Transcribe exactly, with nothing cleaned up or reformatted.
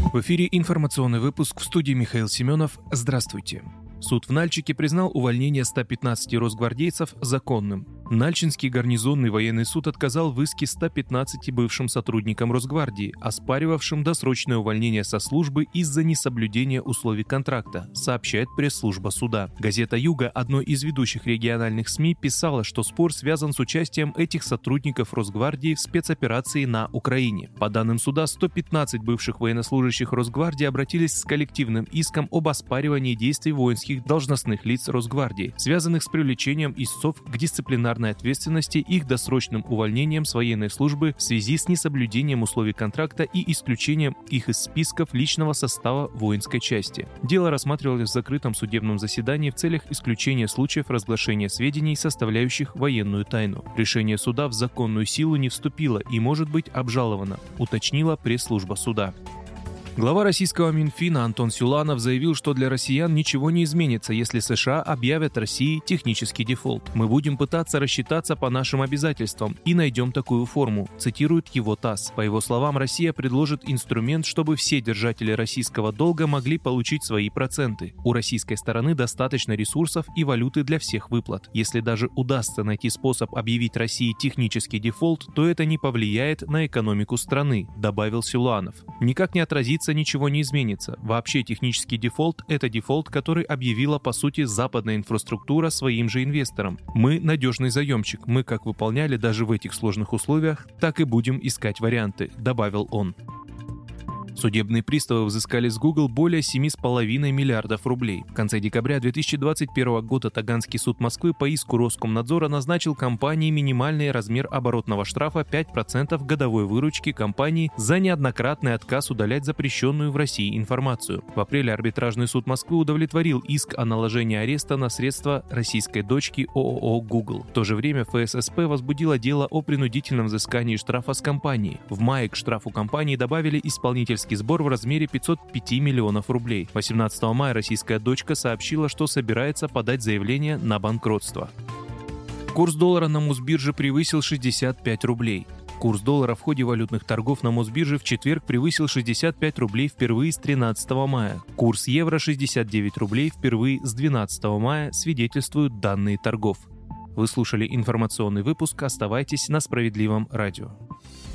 В эфире информационный выпуск, в студии Михаил Семенов. Здравствуйте. Суд в Нальчике признал увольнение ста пятнадцати росгвардейцев законным. Нальчинский гарнизонный военный суд отказал в иске ста пятнадцати бывшим сотрудникам Росгвардии, оспаривавшим досрочное увольнение со службы из-за несоблюдения условий контракта, сообщает пресс-служба суда. Газета «Юга», одной из ведущих региональных СМИ, писала, что спор связан с участием этих сотрудников Росгвардии в спецоперации на Украине. По данным суда, сто пятнадцать бывших военнослужащих Росгвардии обратились с коллективным иском об оспаривании действий воинских должностных лиц Росгвардии, связанных с привлечением истцов к дисциплинарной ответственности, их досрочным увольнением с военной службы в связи с несоблюдением условий контракта и исключением их из списков личного состава воинской части. Дело рассматривалось в закрытом судебном заседании в целях исключения случаев разглашения сведений, составляющих военную тайну. Решение суда в законную силу не вступило и может быть обжаловано, уточнила пресс-служба суда. Глава российского Минфина Антон Силуанов заявил, что для россиян ничего не изменится, если США объявят России технический дефолт. «Мы будем пытаться рассчитаться по нашим обязательствам и найдем такую форму», цитирует его ТАСС. По его словам, Россия предложит инструмент, чтобы все держатели российского долга могли получить свои проценты. У российской стороны достаточно ресурсов и валюты для всех выплат. Если даже удастся найти способ объявить России технический дефолт, то это не повлияет на экономику страны, добавил Силуанов. Никак не отразится, ничего не изменится. Вообще технический дефолт – это дефолт, который объявила по сути западная инфраструктура своим же инвесторам. Мы надежный заемщик, мы как выполняли даже в этих сложных условиях, так и будем искать варианты, добавил он. Судебные приставы взыскали с Google более семи с половиной миллиардов рублей. В конце декабря две тысячи двадцать первого года Таганский суд Москвы по иску Роскомнадзора назначил компании минимальный размер оборотного штрафа пять процентов годовой выручки компании за неоднократный отказ удалять запрещенную в России информацию. В апреле арбитражный суд Москвы удовлетворил иск о наложении ареста на средства российской дочки ООО Google. В то же время эф эс эс пэ возбудило дело о принудительном взыскании штрафа с компании. В мае к штрафу компании добавили исполнительский сбор в размере пятьсот пять миллионов рублей. восемнадцатого мая российская дочка сообщила, что собирается подать заявление на банкротство. Курс доллара на Мосбирже превысил шестьдесят пять рублей. Курс доллара в ходе валютных торгов на Мосбирже в четверг превысил шестьдесят пять рублей впервые с тринадцатого мая. Курс евро шестьдесят девять рублей впервые с двенадцатого мая, свидетельствуют данные торгов. Вы слушали информационный выпуск. Оставайтесь на Справедливом радио.